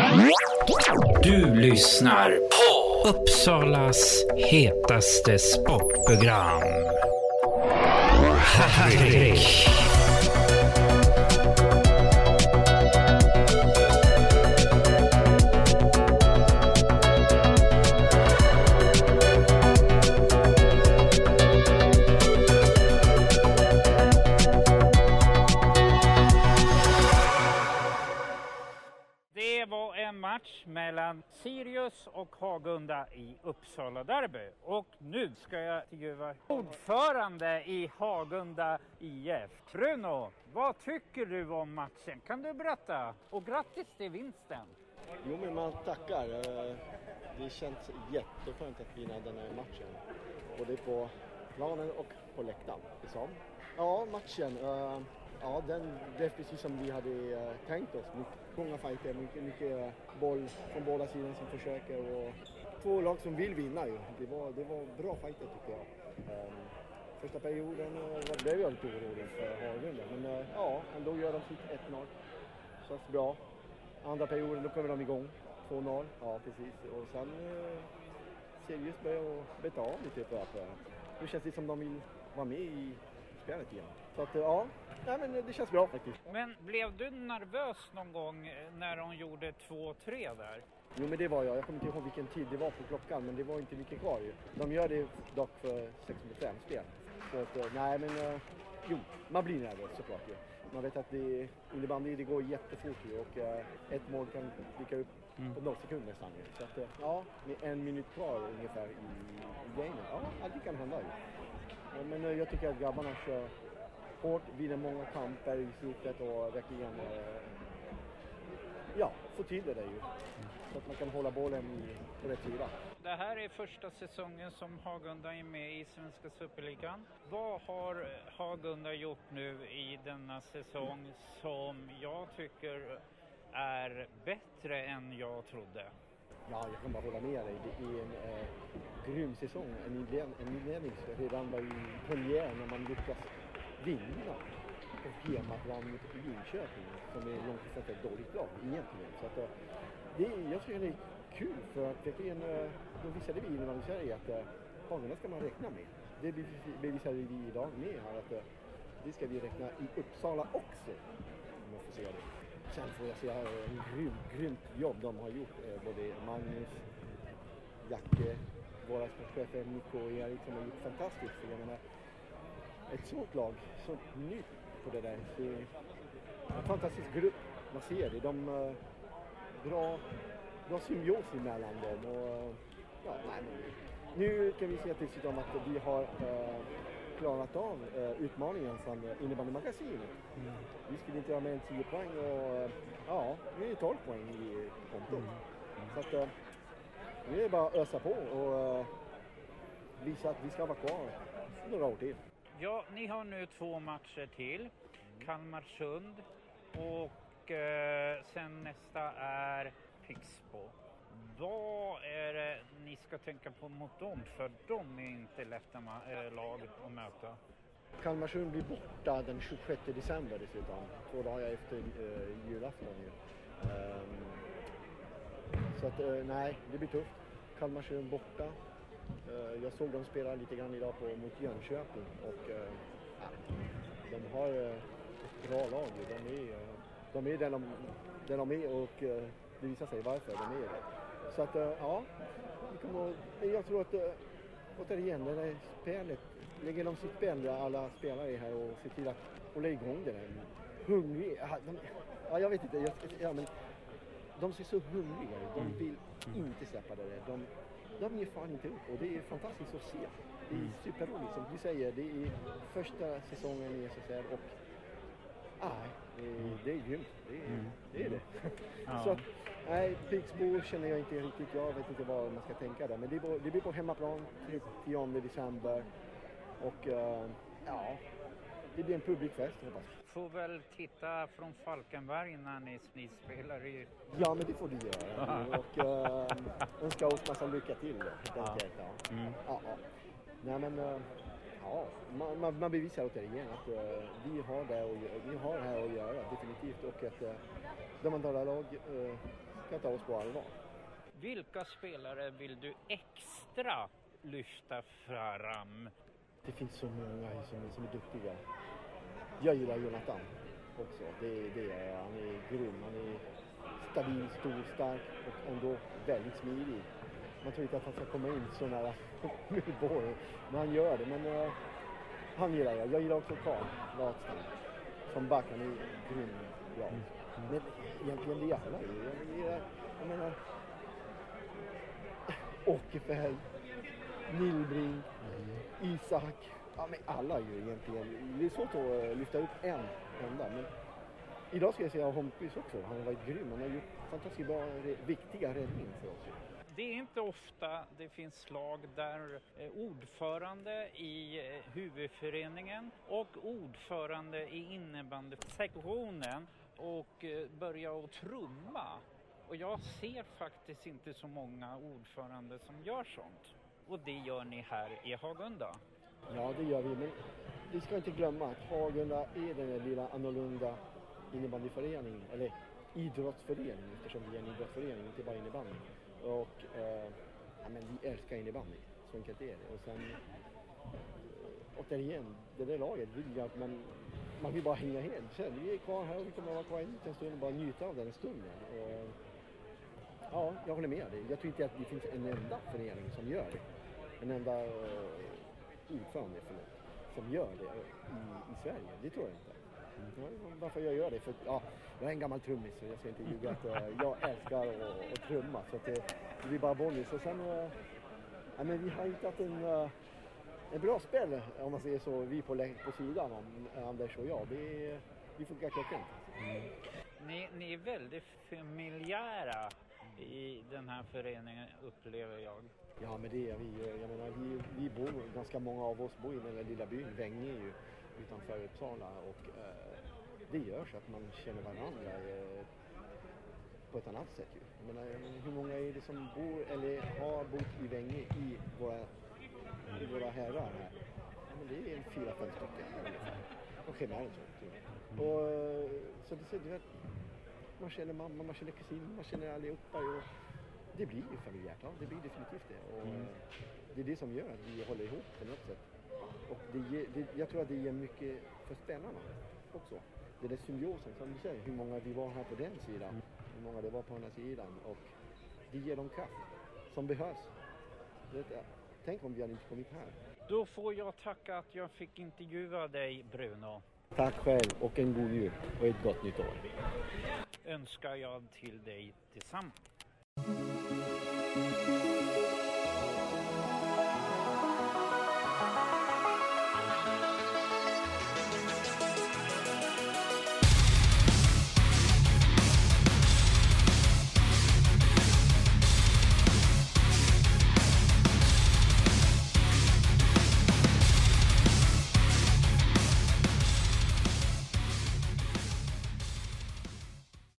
Du lyssnar på Uppsalas hetaste sportprogram. Hattrick. Match mellan Sirius och Hagunda i Uppsala derby. Och nu ska jag intervjua ordförande i Hagunda IF. Bruno, vad tycker du om matchen? Kan du berätta? Och grattis till vinsten. Jo, men man tackar. Det känns jätteskönt att vinna den här matchen. Både på planen och på läktaren. Ja, matchen. Ja, det är precis som vi hade tänkt oss. Många fighter, mycket boll från båda sidor som försöker. Och två lag som vill vinna ju. Det var bra fighter tycker jag. Första perioden blev jag lite orolig för Hagunda. Men ja, ändå gör de sitt 1-0. Känns bra. Andra perioden, då kommer de igång. 2-0. Ja, precis. Och sen Sirius börjar beta av lite på det. Nu känns det som de vill vara med i spelet igen. Så att ja, nej, men det känns bra faktiskt. Men blev du nervös någon gång när de gjorde 2-3 där? Jo, men det var jag. Jag kommer inte ihåg vilken tid det var på klockan, men det var inte mycket kvar ju. De gör det dock för 6-5 spel. Så att, nej men, jo, man blir nervös såklart ju. Man vet att innebandy det går jättefort ju och ett mål kan dyka upp på 0 sekunder nästan. Så att, ja, med 1 minut kvar ungefär i gamen. Ja, det kan hända ju. Men jag tycker att grabbarna kör hårt, vinner många kamper i slutet och verkligen får till det där ju. Så att man kan hålla bollen på rätt sida. Det här är första säsongen som Hagunda är med i Svenska Superligan. Vad har Hagunda gjort nu i denna säsong som jag tycker är bättre än jag trodde? Ja, jag kan bara hålla med dig. Det är en grym säsong. En inledning redan i premiären när man lyckas vinna på hemmaplan mot Linköping som är långt ifrån ett dåligt lag egentligen. Så att, jag tycker det är kul för att då visade vi innan i Sverige att Hagunda ska man räkna med. Det bevisade vi idag med här att det ska vi räkna i Uppsala också. Om jag får säga det. Sen får jag säga en grymt jobb de har gjort. Både Magnus, Jacke, våra sportchefer Nico och Erik som har gjort fantastiskt. Jag menar, ett sånt lag, så nytt på det där. Det är en fantastisk grupp. Man ser det. De bra symbios emellan dem. Och, ja, nu kan vi se till om att vi har klarat av utmaningen från innebandymagasinet. Vi skulle inte ha mer än 10 poäng och ja, vi är 12 poäng i kontot. Så att nu är det bara att ösa på och visa att vi ska vara kvar några år till. Ja, ni har nu 2 matcher till. Kalmarsund och sen nästa är Pixbo. Vad är det ni ska tänka på mot dem? För de är inte lätta lag att möta. Kalmarsund blir borta den 26 december dessutom. 2 dagar efter julafton. Så att nej, det blir tufft. Kalmarsund borta. Jag såg dem spela lite grann idag mot Jönköping. Och de har ett bra lag. De är där de är och det visar sig varför de är det. Så att ja, jag tror att återigen det där spelet, lägger de sitt spel där alla spelare är här och ser till att hålla igång det där. Hungrig, jag vet inte, men de ser så hungriga ut, de vill inte släppa det där. De ger fan inte upp och det är fantastiskt att se. Det är superroligt som du säger, det är första säsongen i SSR och det är grymt, det är det. Så att, nej, Pixbo känner jag inte riktigt, jag vet inte vad man ska tänka där. Men det blir på hemmaplan 10 december och det blir en publikfest hoppas. Får väl titta från Falkenberg när ni spelar i... Ja, men det får du göra och önska oss massa lycka till då, helt enkelt. Nej men... Ja, man bevisar återigen att vi har här att göra definitivt och att de andra lag ska ta oss på allvar. Vilka spelare vill du extra lyfta fram? Det finns så många som är duktiga. Jag gillar Jonathan också. Det är han är grym. Han är stabil, stor, stark och ändå väldigt smidig. Man tror inte att han ska komma in så nära målborgen, men han gör det. Men han gillar jag. Jag gillar också Karl Latstrand. Som back, han är grym. Ja. Men egentligen det är alla. Jag menar Åkerfeldt, Nilbring, Isak. Ja, men alla är ju egentligen. Det är svårt att lyfta upp en enda. Men idag ska jag säga Holmqvist också. Han har varit grym. Han har gjort fantastiskt bra, viktiga räddningar för oss. Det är inte ofta det finns slag där ordförande i huvudföreningen och ordförande i innebandysektionen och börjar att trumma. Och jag ser faktiskt inte så många ordförande som gör sånt. Och det gör ni här i Hagunda. Ja, det gör vi. Men vi ska inte glömma att Hagunda är den lilla annorlunda innebandyförening, eller idrottsförening, eftersom vi är en idrottsförening, inte bara innebandy. Och men vi älskar innebandy, så enkelt är det. Och sen återigen, det där laget vill jag att man vill bara hänga helt. Sen, vi är kvar här och vi kommer att vara kvar en stund och bara njuta av den stunden. Och, ja, jag håller med dig. Jag tror inte att det finns en enda förening som gör det. En enda ordförande som gör det i Sverige. Det tror jag inte. Varför jag gör det? För jag är en gammal trummis så jag ska inte ljuga att jag älskar att trumma. Så att det blir bara bonus. Och sen, men vi har hittat en bra spel, om man säger så. Vi på sidan om Anders och jag. Vi funkar klockan. Ni är väldigt familjära i den här föreningen, upplever jag. Ja, men det är vi. Jag menar, vi bor, ganska många av oss bor i den där lilla byn. Vänge ju utanför Uppsala och det gör så att man känner varandra på ett annat sätt ju. Jag menar, hur många är det som bor eller har bott i Vänge i våra herrar här? Ja, men det är 4-5 stycken ungefär. Och chimären så. Och så det ser du, man känner mamma, man känner kusin, man känner allihopa och det blir ju familjärt, ja, det blir definitivt det. Och det är det som gör att vi håller ihop på något sätt. Och jag tror att det ger mycket för spelarna också. Det är den symbiosen som du säger, hur många vi var här på den sidan, hur många det var på andra sidan. Och det ger dem kraft som behövs. Tänk om vi hade inte kommit här. Då får jag tacka att jag fick intervjua dig, Bruno. Tack själv och en god jul och ett gott nytt år. Önskar jag till dig detsamma.